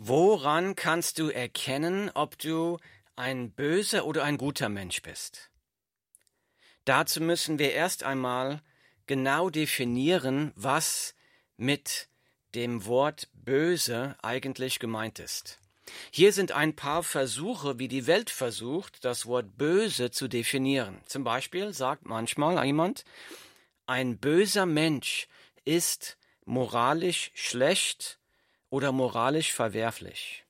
Woran kannst du erkennen, ob du ein böser oder ein guter Mensch bist? Dazu müssen wir erst einmal genau definieren, was mit dem Wort böse eigentlich gemeint ist. Hier sind ein paar Versuche, wie die Welt versucht, das Wort böse zu definieren. Zum Beispiel sagt manchmal jemand, ein böser Mensch ist moralisch schlecht oder moralisch verwerflich.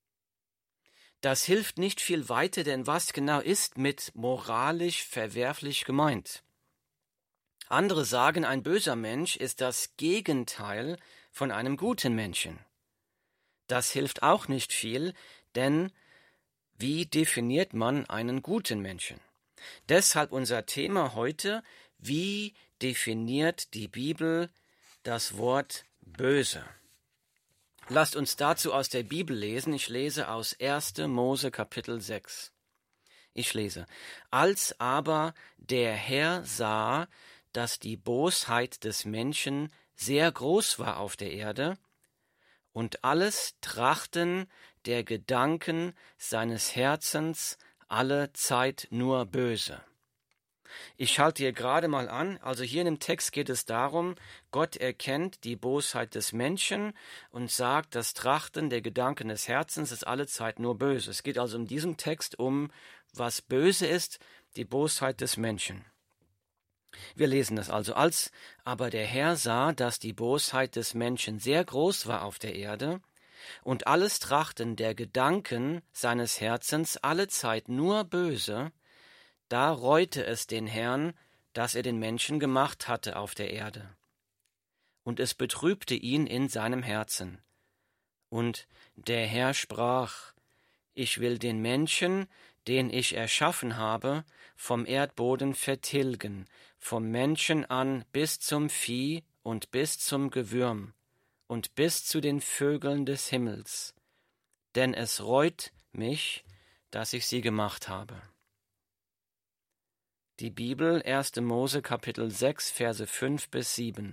Das hilft nicht viel weiter, denn was genau ist mit moralisch verwerflich gemeint? Andere sagen, ein böser Mensch ist das Gegenteil von einem guten Menschen. Das hilft auch nicht viel, denn wie definiert man einen guten Menschen? Deshalb unser Thema heute: Wie definiert die Bibel das Wort böse? Lasst uns dazu aus der Bibel lesen. Ich lese aus 1. Mose Kapitel 6. Ich lese: Als aber der Herr sah, dass die Bosheit des Menschen sehr groß war auf der Erde, und alles Trachten der Gedanken seines Herzens alle Zeit nur böse. Ich schalte hier gerade mal an, also hier in dem Text geht es darum, Gott erkennt die Bosheit des Menschen und sagt, das Trachten der Gedanken des Herzens ist alle Zeit nur böse. Es geht also in diesem Text um, was böse ist, die Bosheit des Menschen. Wir lesen das also: Als aber der Herr sah, dass die Bosheit des Menschen sehr groß war auf der Erde und alles Trachten der Gedanken seines Herzens alle Zeit nur böse, da reute es den Herrn, dass er den Menschen gemacht hatte auf der Erde. Und es betrübte ihn in seinem Herzen. Und der Herr sprach: Ich will den Menschen, den ich erschaffen habe, vom Erdboden vertilgen, vom Menschen an bis zum Vieh und bis zum Gewürm und bis zu den Vögeln des Himmels. Denn es reut mich, dass ich sie gemacht habe. Die Bibel, 1. Mose, Kapitel 6, Verse 5 bis 7.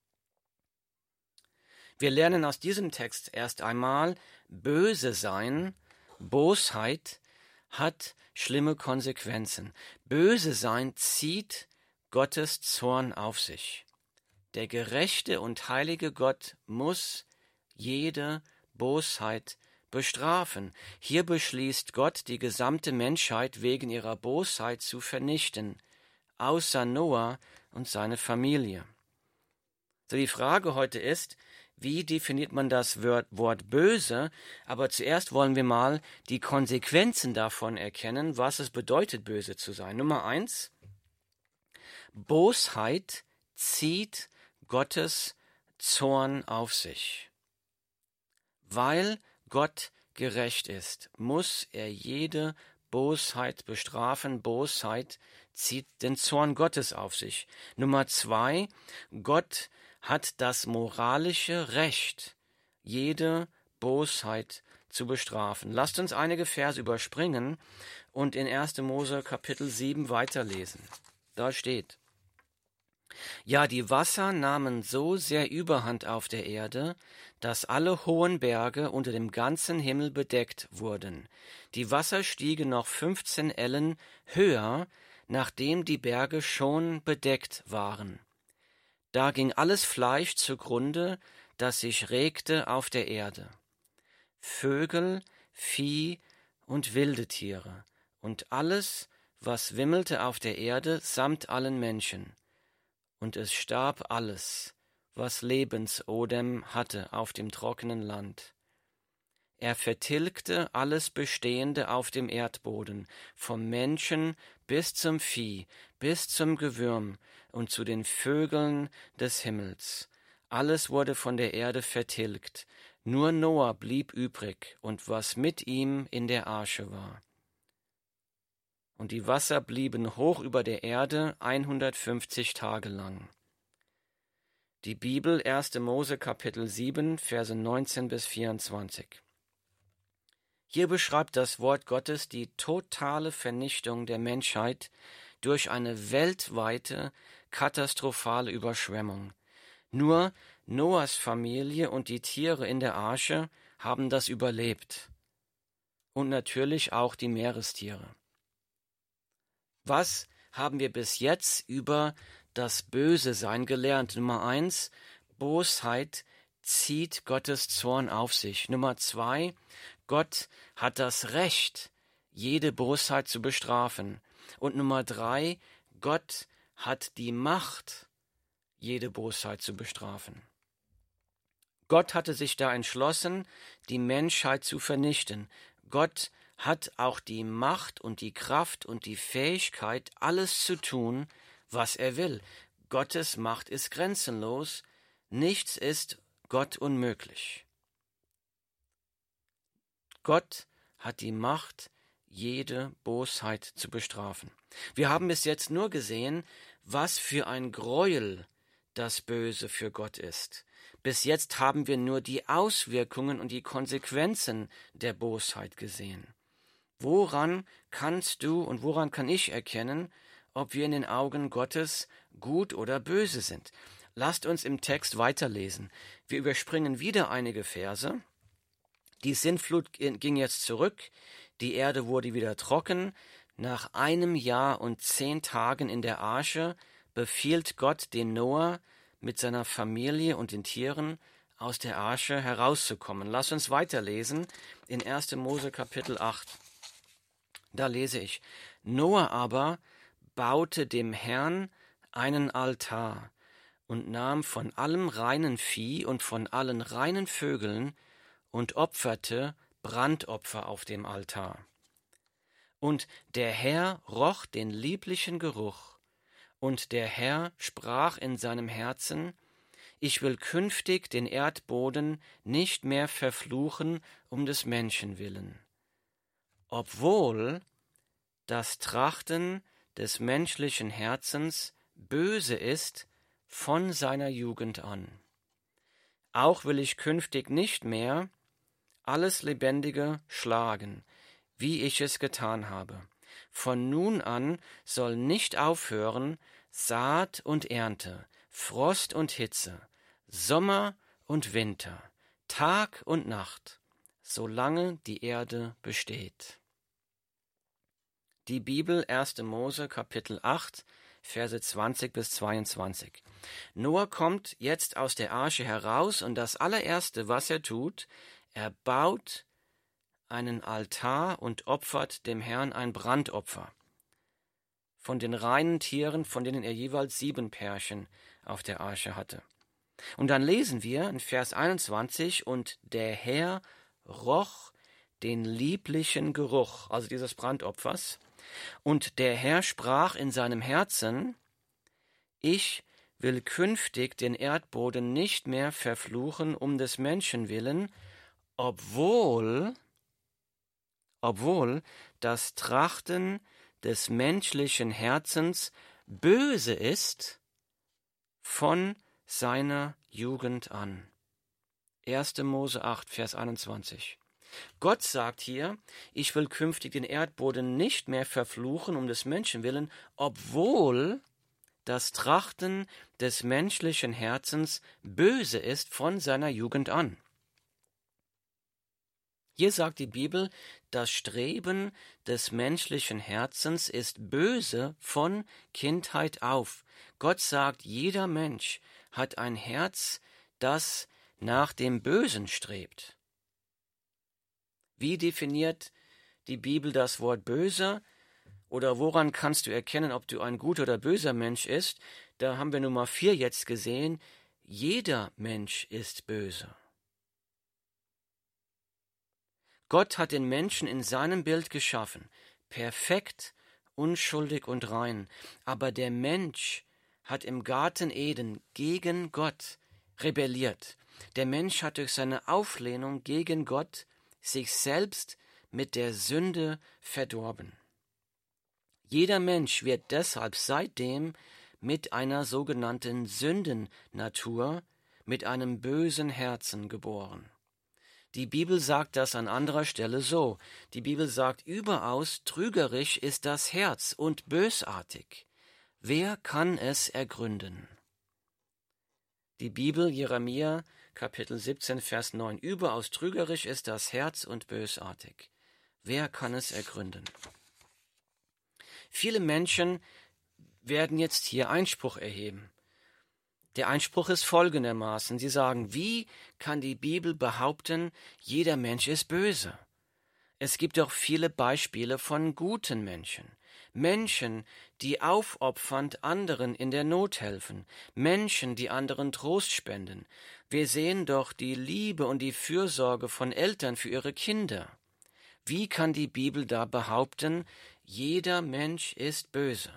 Wir lernen aus diesem Text erst einmal, böse sein, Bosheit, hat schlimme Konsequenzen. Böse sein zieht Gottes Zorn auf sich. Der gerechte und heilige Gott muss jede Bosheit bestrafen. Hier beschließt Gott, die gesamte Menschheit wegen ihrer Bosheit zu vernichten, außer Noah und seine Familie. So, die Frage heute ist, wie definiert man das Wort böse? Aber zuerst wollen wir mal die Konsequenzen davon erkennen, was es bedeutet, böse zu sein. Nummer 1: Bosheit zieht Gottes Zorn auf sich. Weil Gott gerecht ist, muss er jede Bosheit bestrafen. Bosheit zieht den Zorn Gottes auf sich. Nummer 2: Gott hat das moralische Recht, jede Bosheit zu bestrafen. Lasst uns einige Verse überspringen und in 1. Mose Kapitel 7 weiterlesen. Da steht: Ja, die Wasser nahmen so sehr Überhand auf der Erde, dass alle hohen Berge unter dem ganzen Himmel bedeckt wurden. Die Wasser stiegen noch 15 Ellen höher, nachdem die Berge schon bedeckt waren. Da ging alles Fleisch zugrunde, das sich regte auf der Erde. Vögel, Vieh und wilde Tiere und alles, was wimmelte auf der Erde, samt allen Menschen. Und es starb alles, was Lebensodem hatte auf dem trockenen Land. Er vertilgte alles Bestehende auf dem Erdboden, vom Menschen bis zum Vieh, bis zum Gewürm und zu den Vögeln des Himmels. Alles wurde von der Erde vertilgt, nur Noah blieb übrig und was mit ihm in der Arche war. Und die Wasser blieben hoch über der Erde 150 Tage lang. Die Bibel, 1. Mose Kapitel 7, Verse 19 bis 24. Hier beschreibt das Wort Gottes die totale Vernichtung der Menschheit durch eine weltweite, katastrophale Überschwemmung. Nur Noahs Familie und die Tiere in der Arche haben das überlebt. Und natürlich auch die Meerestiere. Was haben wir bis jetzt über das Böse sein gelernt? Nummer 1, Bosheit zieht Gottes Zorn auf sich. Nummer 2, Gott hat das Recht, jede Bosheit zu bestrafen. Und Nummer 3, Gott hat die Macht, jede Bosheit zu bestrafen. Gott hatte sich da entschlossen, die Menschheit zu vernichten. Gott hat auch die Macht und die Kraft und die Fähigkeit, alles zu tun, was er will. Gottes Macht ist grenzenlos. Nichts ist Gott unmöglich. Gott hat die Macht, jede Bosheit zu bestrafen. Wir haben bis jetzt nur gesehen, was für ein Gräuel das Böse für Gott ist. Bis jetzt haben wir nur die Auswirkungen und die Konsequenzen der Bosheit gesehen. Woran kannst du und woran kann ich erkennen, ob wir in den Augen Gottes gut oder böse sind? Lasst uns im Text weiterlesen. Wir überspringen wieder einige Verse. Die Sintflut ging jetzt zurück, die Erde wurde wieder trocken. Nach 1 Jahr und 10 Tagen in der Arche befiehlt Gott den Noah, mit seiner Familie und den Tieren aus der Arche herauszukommen. Lass uns weiterlesen in 1. Mose Kapitel 8. Da lese ich: Noah aber baute dem Herrn einen Altar und nahm von allem reinen Vieh und von allen reinen Vögeln und opferte Brandopfer auf dem Altar. Und der Herr roch den lieblichen Geruch. Und der Herr sprach in seinem Herzen: Ich will künftig den Erdboden nicht mehr verfluchen um des Menschen willen, obwohl das Trachten des menschlichen Herzens böse ist von seiner Jugend an. Auch will ich künftig nicht mehr alles Lebendige schlagen, wie ich es getan habe. Von nun an soll nicht aufhören Saat und Ernte, Frost und Hitze, Sommer und Winter, Tag und Nacht, solange die Erde besteht. Die Bibel 1. Mose Kapitel 8, Verse 20 bis 22. Noah kommt jetzt aus der Arche heraus und das allererste, was er tut, er baut einen Altar und opfert dem Herrn ein Brandopfer von den reinen Tieren, von denen er jeweils 7 Pärchen auf der Arche hatte. Und dann lesen wir in Vers 21, und der Herr roch den lieblichen Geruch, also dieses Brandopfers, und der Herr sprach in seinem Herzen: Ich will künftig den Erdboden nicht mehr verfluchen um des Menschen willen, obwohl das Trachten des menschlichen Herzens böse ist von seiner Jugend an. 1. Mose 8, Vers 21. Gott sagt hier: Ich will künftig den Erdboden nicht mehr verfluchen um des Menschen willen, obwohl das Trachten des menschlichen Herzens böse ist von seiner Jugend an. Hier sagt die Bibel, das Streben des menschlichen Herzens ist böse von Kindheit auf. Gott sagt, jeder Mensch hat ein Herz, das nach dem Bösen strebt. Wie definiert die Bibel das Wort böse? Oder woran kannst du erkennen, ob du ein guter oder böser Mensch bist? Da haben wir Nummer 4 jetzt gesehen. Jeder Mensch ist böse. Gott hat den Menschen in seinem Bild geschaffen, perfekt, unschuldig und rein. Aber der Mensch hat im Garten Eden gegen Gott rebelliert. Der Mensch hat durch seine Auflehnung gegen Gott sich selbst mit der Sünde verdorben. Jeder Mensch wird deshalb seitdem mit einer sogenannten Sündennatur, mit einem bösen Herzen geboren. Die Bibel sagt das an anderer Stelle so. Die Bibel sagt, überaus trügerisch ist das Herz und bösartig. Wer kann es ergründen? Die Bibel, Jeremia Kapitel 17, Vers 9. Überaus trügerisch ist das Herz und bösartig. Wer kann es ergründen? Viele Menschen werden jetzt hier Einspruch erheben. Der Einspruch ist folgendermaßen. Sie sagen, wie kann die Bibel behaupten, jeder Mensch ist böse? Es gibt doch viele Beispiele von guten Menschen. Menschen, die aufopfernd anderen in der Not helfen. Menschen, die anderen Trost spenden. Wir sehen doch die Liebe und die Fürsorge von Eltern für ihre Kinder. Wie kann die Bibel da behaupten, jeder Mensch ist böse?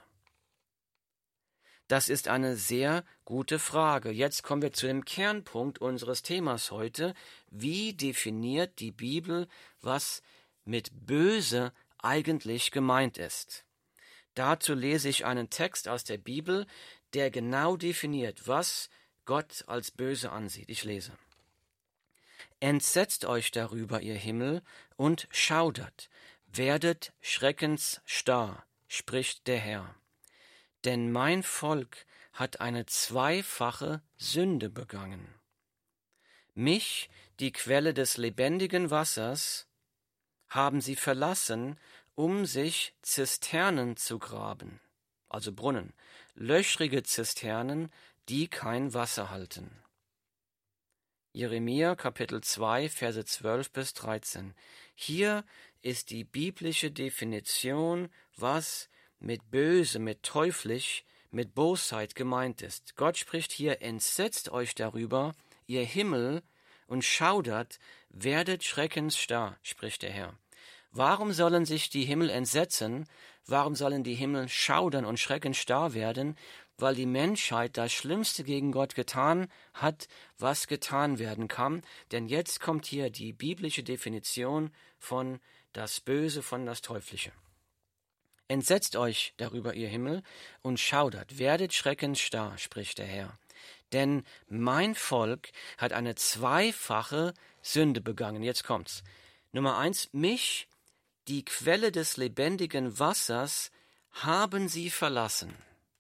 Das ist eine sehr gute Frage. Jetzt kommen wir zu dem Kernpunkt unseres Themas heute. Wie definiert die Bibel, was mit böse eigentlich gemeint ist? Dazu lese ich einen Text aus der Bibel, der genau definiert, was Gott als böse ansieht. Ich lese. Entsetzt euch darüber, ihr Himmel, und schaudert, werdet schreckensstarr, spricht der Herr. Denn mein Volk hat eine zweifache Sünde begangen. Mich, die Quelle des lebendigen Wassers, haben sie verlassen, um sich Zisternen zu graben, also Brunnen, löchrige Zisternen, die kein Wasser halten. Jeremia Kapitel 2, Verse 12 bis 13. Hier ist die biblische Definition, was mit böse, mit teuflisch, mit Bosheit gemeint ist. Gott spricht hier, entsetzt euch darüber, ihr Himmel, und schaudert, werdet schreckensstarr, spricht der Herr. Warum sollen sich die Himmel entsetzen? Warum sollen die Himmel schaudern und schreckensstarr werden? Weil die Menschheit das Schlimmste gegen Gott getan hat, was getan werden kann. Denn jetzt kommt hier die biblische Definition von das Böse, von das Teuflische. Entsetzt euch darüber, ihr Himmel, und schaudert, werdet schreckensstarr, spricht der Herr. Denn mein Volk hat eine zweifache Sünde begangen. Jetzt kommt's. Nummer 1, mich, die Quelle des lebendigen Wassers, haben sie verlassen.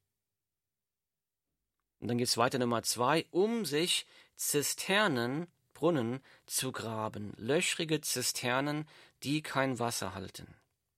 Und dann geht's weiter, Nummer 2, um sich Zisternen, Brunnen zu graben, löchrige Zisternen, die kein Wasser halten.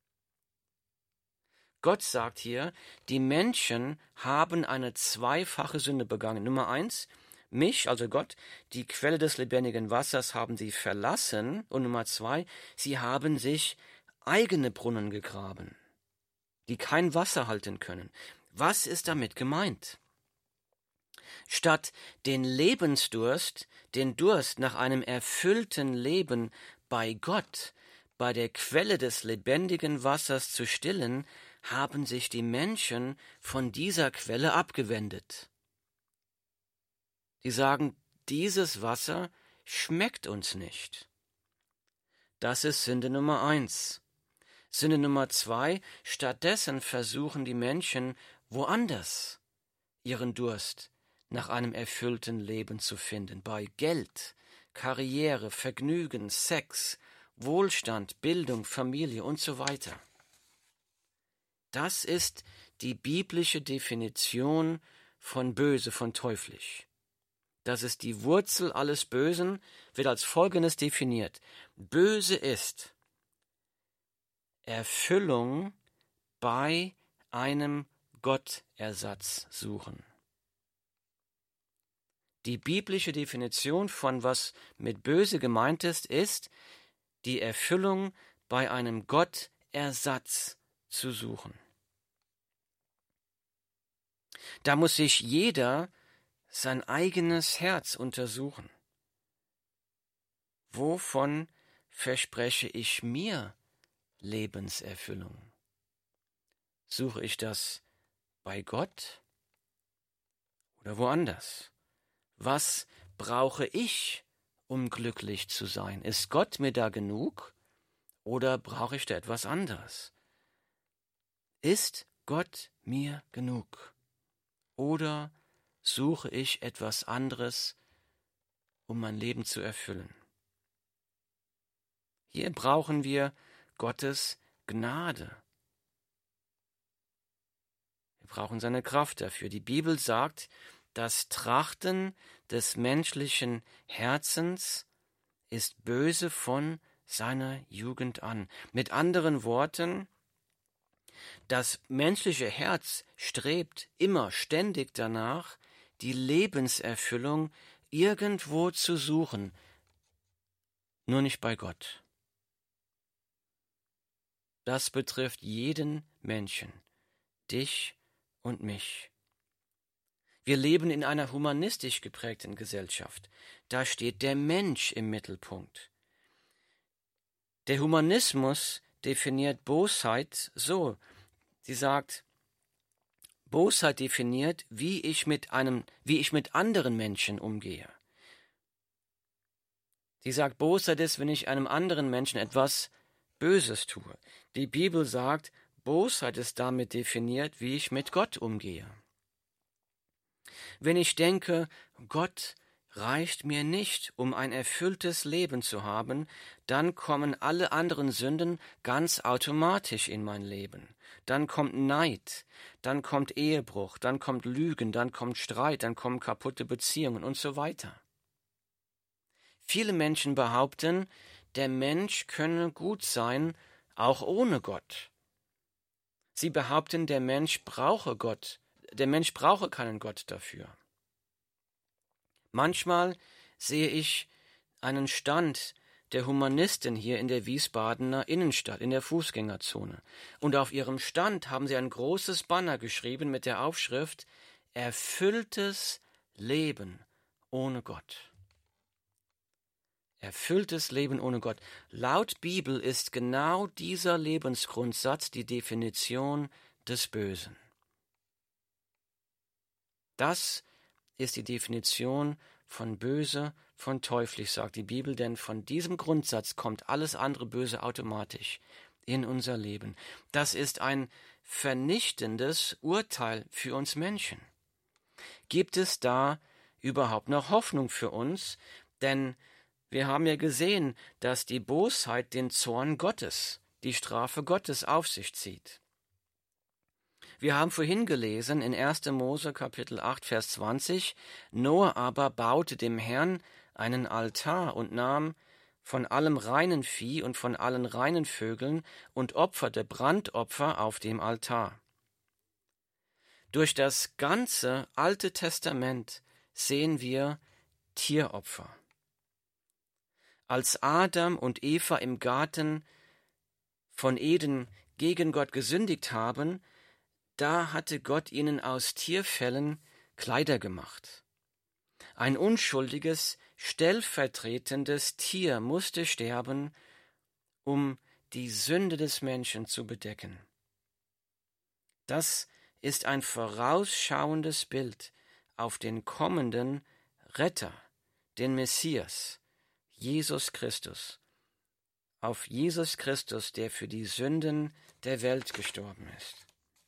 Gott sagt hier, die Menschen haben eine zweifache Sünde begangen. Nummer 1, mich, also Gott, die Quelle des lebendigen Wassers haben sie verlassen. Und Nummer 2, sie haben sich eigene Brunnen gegraben, die kein Wasser halten können. Was ist damit gemeint? Statt den Lebensdurst, den Durst nach einem erfüllten Leben bei Gott, bei der Quelle des lebendigen Wassers zu stillen, haben sich die Menschen von dieser Quelle abgewendet. Sie sagen, dieses Wasser schmeckt uns nicht. Das ist Sünde Nummer 1. Sünde Nummer 2, stattdessen versuchen die Menschen woanders ihren Durst nach einem erfüllten Leben zu finden, bei Geld, Karriere, Vergnügen, Sex, Wohlstand, Bildung, Familie und so weiter. Das ist die biblische Definition von böse, von teuflisch. Das ist die Wurzel alles Bösen, wird als Folgendes definiert. Böse ist Erfüllung bei einem Gottersatz suchen. Die biblische Definition von was mit böse gemeint ist die Erfüllung bei einem Gottersatz zu suchen. Da muss sich jeder sein eigenes Herz untersuchen. Wovon verspreche ich mir Lebenserfüllung? Suche ich das bei Gott oder woanders? Was brauche ich, um glücklich zu sein? Ist Gott mir da genug oder brauche ich da etwas anderes? Ist Gott mir genug oder suche ich etwas anderes, um mein Leben zu erfüllen? Hier brauchen wir Gottes Gnade. Wir brauchen seine Kraft dafür. Die Bibel sagt, das Trachten des menschlichen Herzens ist böse von seiner Jugend an. Mit anderen Worten, das menschliche Herz strebt immer ständig danach, die Lebenserfüllung irgendwo zu suchen, nur nicht bei Gott. Das betrifft jeden Menschen, dich und mich. Wir leben in einer humanistisch geprägten Gesellschaft. Da steht der Mensch im Mittelpunkt. Der Humanismus definiert Bosheit so. Sie sagt, Bosheit definiert, wie ich mit anderen Menschen umgehe. Sie sagt, Bosheit ist, wenn ich einem anderen Menschen etwas Böses tue. Die Bibel sagt, Bosheit ist damit definiert, wie ich mit Gott umgehe. Wenn ich denke, Gott reicht mir nicht, um ein erfülltes Leben zu haben, dann kommen alle anderen Sünden ganz automatisch in mein Leben. Dann kommt Neid, dann kommt Ehebruch, dann kommt Lügen, dann kommt Streit, dann kommen kaputte Beziehungen und so weiter. Viele Menschen behaupten, der Mensch könne gut sein, auch ohne Gott. Sie behaupten, der Mensch brauche keinen Gott dafür. Manchmal sehe ich einen Stand der Humanisten hier in der Wiesbadener Innenstadt, in der Fußgängerzone. Und auf ihrem Stand haben sie ein großes Banner geschrieben mit der Aufschrift Erfülltes Leben ohne Gott. Erfülltes Leben ohne Gott. Laut Bibel ist genau dieser Lebensgrundsatz die Definition des Bösen. Das ist die Definition von böse, von teuflisch, sagt die Bibel, denn von diesem Grundsatz kommt alles andere Böse automatisch in unser Leben. Das ist ein vernichtendes Urteil für uns Menschen. Gibt es da überhaupt noch Hoffnung für uns? Denn wir haben ja gesehen, dass die Bosheit den Zorn Gottes, die Strafe Gottes auf sich zieht. Wir haben vorhin gelesen in 1. Mose Kapitel 8, Vers 20, Noah aber baute dem Herrn einen Altar und nahm von allem reinen Vieh und von allen reinen Vögeln und opferte Brandopfer auf dem Altar. Durch das ganze Alte Testament sehen wir Tieropfer. Als Adam und Eva im Garten von Eden gegen Gott gesündigt haben, da hatte Gott ihnen aus Tierfellen Kleider gemacht. Ein unschuldiges, stellvertretendes Tier musste sterben, um die Sünde des Menschen zu bedecken. Das ist ein vorausschauendes Bild auf den kommenden Retter, den Messias, Jesus Christus, auf Jesus Christus, der für die Sünden der Welt gestorben ist.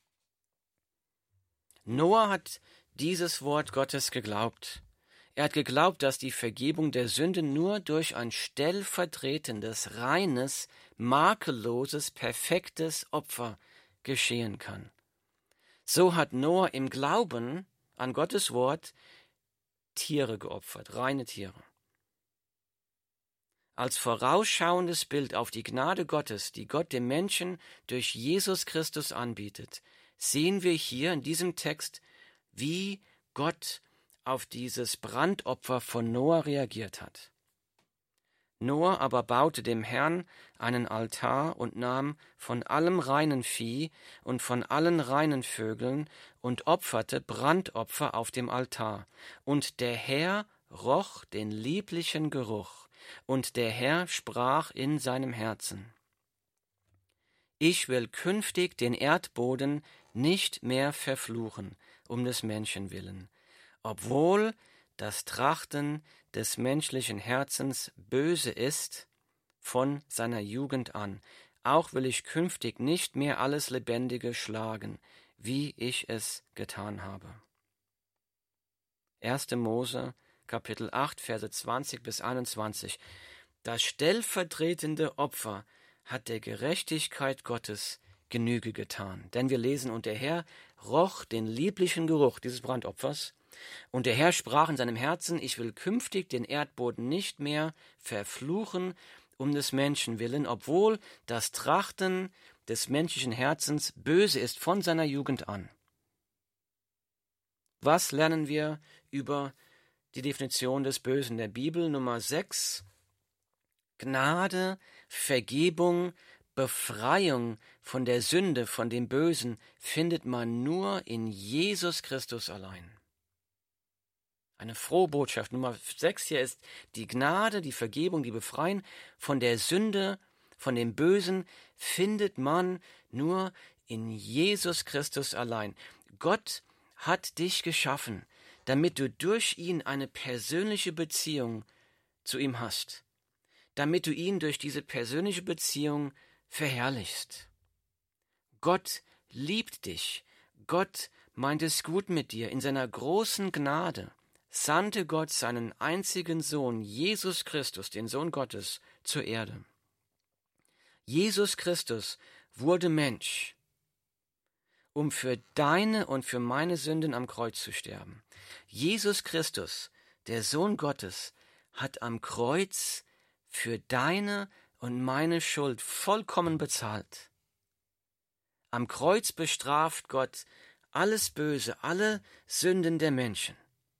Noah hat dieses Wort Gottes geglaubt. Er hat geglaubt, dass die Vergebung der Sünden nur durch ein stellvertretendes, reines, makelloses, perfektes Opfer geschehen kann. So hat Noah im Glauben an Gottes Wort Tiere geopfert, reine Tiere. Als vorausschauendes Bild auf die Gnade Gottes, die Gott dem Menschen durch Jesus Christus anbietet, sehen wir hier in diesem Text, wie Gott auf dieses Brandopfer von Noah reagiert hat. Noah aber baute dem Herrn einen Altar und nahm von allem reinen Vieh und von allen reinen Vögeln und opferte Brandopfer auf dem Altar. Und der Herr roch den lieblichen Geruch, und der Herr sprach in seinem Herzen: Ich will künftig den Erdboden nicht mehr verfluchen, um des Menschen willen, obwohl das Trachten des menschlichen Herzens böse ist von seiner Jugend an. Auch will ich künftig nicht mehr alles Lebendige schlagen, wie ich es getan habe. 1. Mose, Kapitel 8, Verse 20 bis 21. Das stellvertretende Opfer hat der Gerechtigkeit Gottes Genüge getan. Denn wir lesen, und der Herr roch den lieblichen Geruch dieses Brandopfers, Und der Herr sprach in seinem Herzen, ich will künftig den Erdboden nicht mehr verfluchen um des Menschen willen, obwohl das Trachten des menschlichen Herzens böse ist von seiner Jugend an. Was lernen wir über die Definition des Bösen der Bibel? Nummer 6. Gnade, Vergebung, Befreiung von der Sünde, von dem Bösen findet man nur in Jesus Christus allein. Eine frohe Botschaft. Nummer 6 hier ist die Gnade, die Vergebung, die Befreiung von der Sünde, von dem Bösen findet man nur in Jesus Christus allein. Gott hat dich geschaffen, damit du durch ihn eine persönliche Beziehung zu ihm hast, damit du ihn durch diese persönliche Beziehung verherrlichst. Gott liebt dich. Gott meint es gut mit dir. In seiner großen Gnade sandte Gott seinen einzigen Sohn, Jesus Christus, den Sohn Gottes, zur Erde. Jesus Christus wurde Mensch, um für deine und für meine Sünden am Kreuz zu sterben. Jesus Christus, der Sohn Gottes, hat am Kreuz für deine und meine Schuld vollkommen bezahlt. Am Kreuz bestraft Gott alles Böse, alle Sünden der Menschen.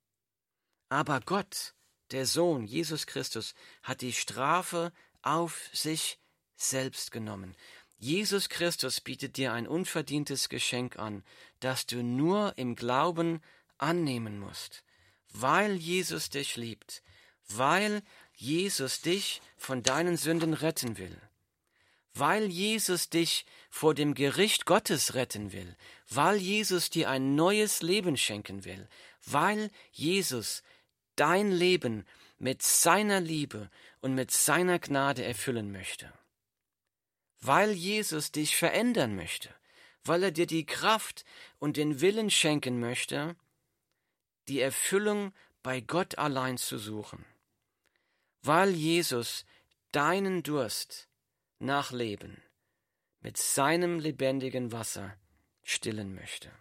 Aber Gott, der Sohn, Jesus Christus, hat die Strafe auf sich selbst genommen. Jesus Christus bietet dir ein unverdientes Geschenk an, das du nur im Glauben annehmen musst, weil Jesus dich liebt, weil Jesus dich von deinen Sünden retten will, weil Jesus dich vor dem Gericht Gottes retten will, weil Jesus dir ein neues Leben schenken will, weil Jesus dein Leben mit seiner Liebe und mit seiner Gnade erfüllen möchte, weil Jesus dich verändern möchte, weil er dir die Kraft und den Willen schenken möchte, die Erfüllung bei Gott allein zu suchen, weil Jesus deinen Durst nach Leben mit seinem lebendigen Wasser stillen möchte.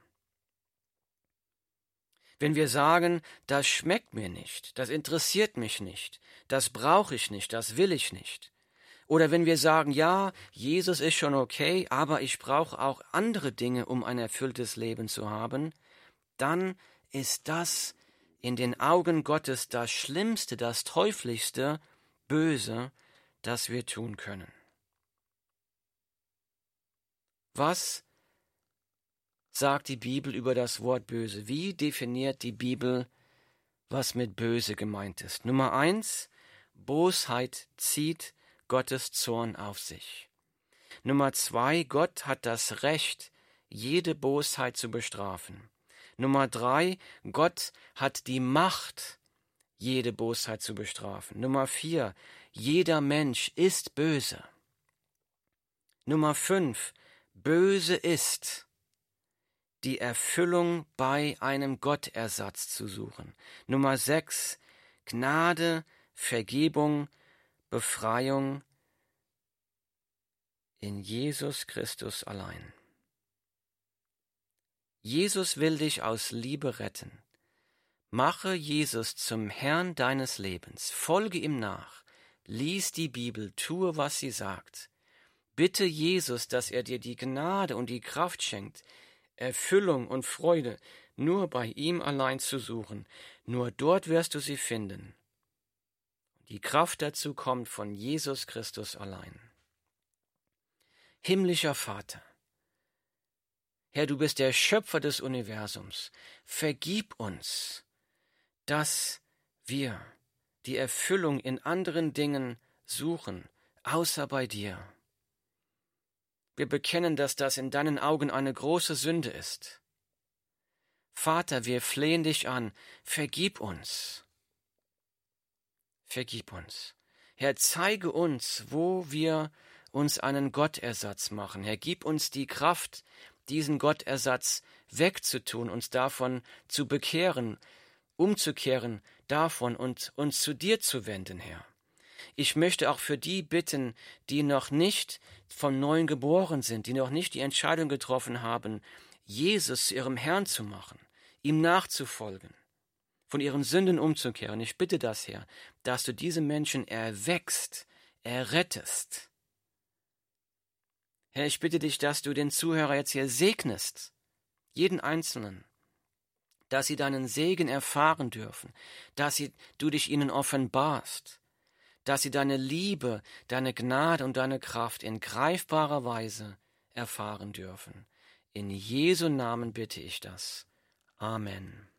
Wenn wir sagen, das schmeckt mir nicht, das interessiert mich nicht, das brauche ich nicht, das will ich nicht, oder wenn wir sagen, ja, Jesus ist schon okay, aber ich brauche auch andere Dinge, um ein erfülltes Leben zu haben, dann ist das in den Augen Gottes das Schlimmste, das Teuflischste, Böse, das wir tun können. Was sagt die Bibel über das Wort böse? Wie definiert die Bibel, was mit böse gemeint ist? Nummer 1, Bosheit zieht Gottes Zorn auf sich. Nummer 2, Gott hat das Recht, jede Bosheit zu bestrafen. Nummer 3, Gott hat die Macht, jede Bosheit zu bestrafen. Nummer 4, jeder Mensch ist böse. Nummer 5, böse ist, die Erfüllung bei einem Gottersatz zu suchen. Nummer 6, Gnade, Vergebung, Befreiung in Jesus Christus allein. Jesus will dich aus Liebe retten. Mache Jesus zum Herrn deines Lebens. Folge ihm nach. Lies die Bibel, tue, was sie sagt. Bitte Jesus, dass er dir die Gnade und die Kraft schenkt, Erfüllung und Freude nur bei ihm allein zu suchen. Nur dort wirst du sie finden. Die Kraft dazu kommt von Jesus Christus allein. Himmlischer Vater, Herr, du bist der Schöpfer des Universums. Vergib uns, dass wir die Erfüllung in anderen Dingen suchen, außer bei dir. Wir bekennen, dass das in deinen Augen eine große Sünde ist. Vater, wir flehen dich an, vergib uns. Vergib uns. Herr, zeige uns, wo wir uns einen Gottersatz machen. Herr, gib uns die Kraft, diesen Gottersatz wegzutun, uns davon zu bekehren, umzukehren davon und uns zu dir zu wenden, Herr. Ich möchte auch für die bitten, die noch nicht vom Neuen geboren sind, die noch nicht die Entscheidung getroffen haben, Jesus zu ihrem Herrn zu machen, ihm nachzufolgen. von ihren Sünden umzukehren. Ich bitte das, Herr, dass du diese Menschen erweckst, errettest. Herr, ich bitte dich, dass du den Zuhörer jetzt hier segnest, jeden Einzelnen, dass sie deinen Segen erfahren dürfen, dass du dich ihnen offenbarst, dass sie deine Liebe, deine Gnade und deine Kraft in greifbarer Weise erfahren dürfen. In Jesu Namen bitte ich das. Amen.